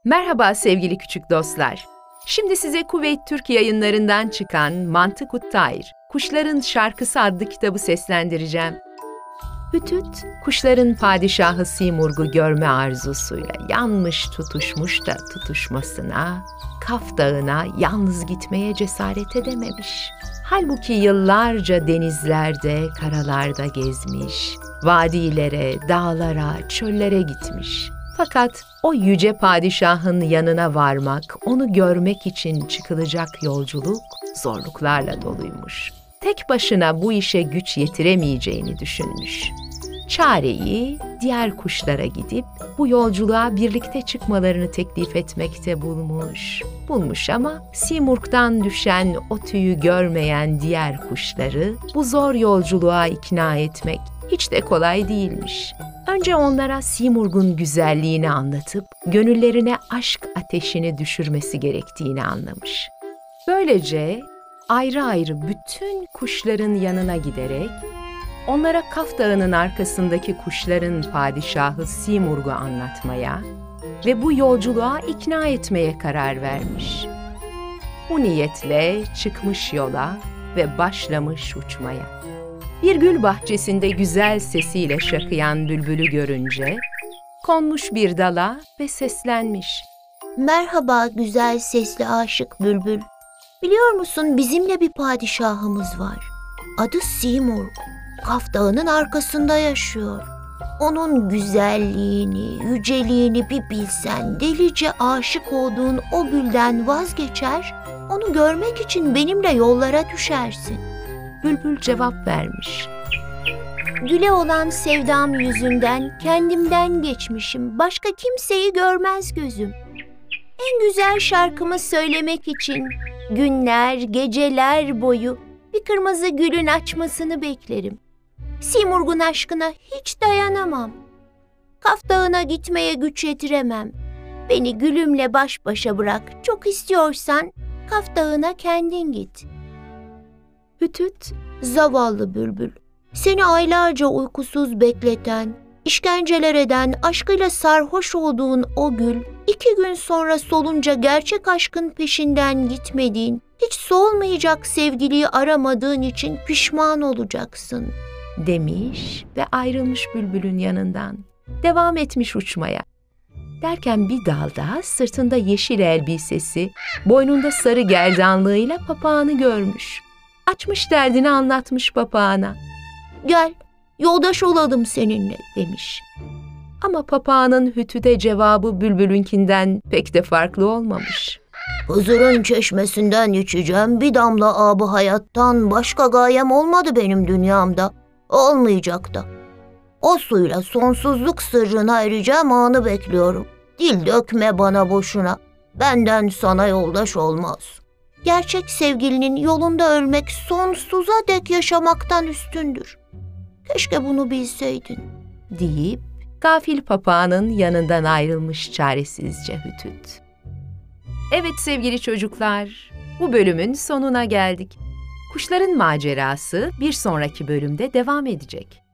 Merhaba sevgili küçük dostlar. Şimdi size Kuveyt Türk Yayınları'ndan çıkan Mantık-ı Tayr, Kuşların Şarkısı adlı kitabı seslendireceğim. Hütüt, kuşların padişahı Simurg'u görme arzusuyla yanmış tutuşmuş da tutuşmasına, Kaf Dağı'na yalnız gitmeye cesaret edememiş. Halbuki yıllarca denizlerde, karalarda gezmiş, vadilere, dağlara, çöllere gitmiş. Fakat o yüce padişahın yanına varmak, onu görmek için çıkılacak yolculuk zorluklarla doluymuş. Tek başına bu işe güç yetiremeyeceğini düşünmüş. Çareyi diğer kuşlara gidip bu yolculuğa birlikte çıkmalarını teklif etmekte bulmuş. Bulmuş ama Simurg'dan düşen o tüyü görmeyen diğer kuşları bu zor yolculuğa ikna etmek hiç de kolay değilmiş. Önce onlara Simurg'un güzelliğini anlatıp gönüllerine aşk ateşini düşürmesi gerektiğini anlamış. Böylece ayrı ayrı bütün kuşların yanına giderek onlara Kaf Dağı'nın arkasındaki kuşların padişahı Simurg'u anlatmaya ve bu yolculuğa ikna etmeye karar vermiş. Bu niyetle çıkmış yola ve başlamış uçmaya. Bir gül bahçesinde güzel sesiyle şakıyan bülbülü görünce konmuş bir dala ve seslenmiş. Merhaba güzel sesli aşık bülbül. Biliyor musun bizimle bir padişahımız var. Adı Simurg. Kaf Dağı'nın arkasında yaşıyor. Onun güzelliğini, yüceliğini bir bilsen delice aşık olduğun o gülden vazgeçer, onu görmek için benimle yollara düşersin. Bülbül cevap vermiş. Güle olan sevdam yüzünden kendimden geçmişim. Başka kimseyi görmez gözüm. En güzel şarkımı söylemek için günler, geceler boyu bir kırmızı gülün açmasını beklerim. Simurg'un aşkına hiç dayanamam. Kaf Dağı'na gitmeye güç yetiremem. Beni gülümle baş başa bırak. Çok istiyorsan Kaf Dağı'na kendin git. Hütüt, zavallı bülbül, seni aylarca uykusuz bekleten, işkenceler eden, aşkıyla sarhoş olduğun o gül, 2 gün sonra solunca gerçek aşkın peşinden gitmediğin, hiç solmayacak sevgiliyi aramadığın için pişman olacaksın, demiş ve ayrılmış bülbülün yanından. Devam etmiş uçmaya. Derken bir dalda sırtında yeşil elbisesi, boynunda sarı gerdanlığıyla papağanı görmüş. Açmış derdini anlatmış papağana. Gel, yoldaş olalım seninle demiş. Ama papağanın Hütüt'e cevabı bülbülünkinden pek de farklı olmamış. Hızır'ın çeşmesinden içeceğim bir damla abı hayattan başka gayem olmadı benim dünyamda. Olmayacak da. O suyla sonsuzluk sırrına ereceğim anı bekliyorum. Dil dökme bana boşuna. Benden sana yoldaş olmaz. Gerçek sevgilinin yolunda ölmek sonsuza dek yaşamaktan üstündür. Keşke bunu bilseydin, deyip gafil papağanın yanından ayrılmış çaresizce Hütüt. Evet sevgili çocuklar, bu bölümün sonuna geldik. Kuşların macerası bir sonraki bölümde devam edecek.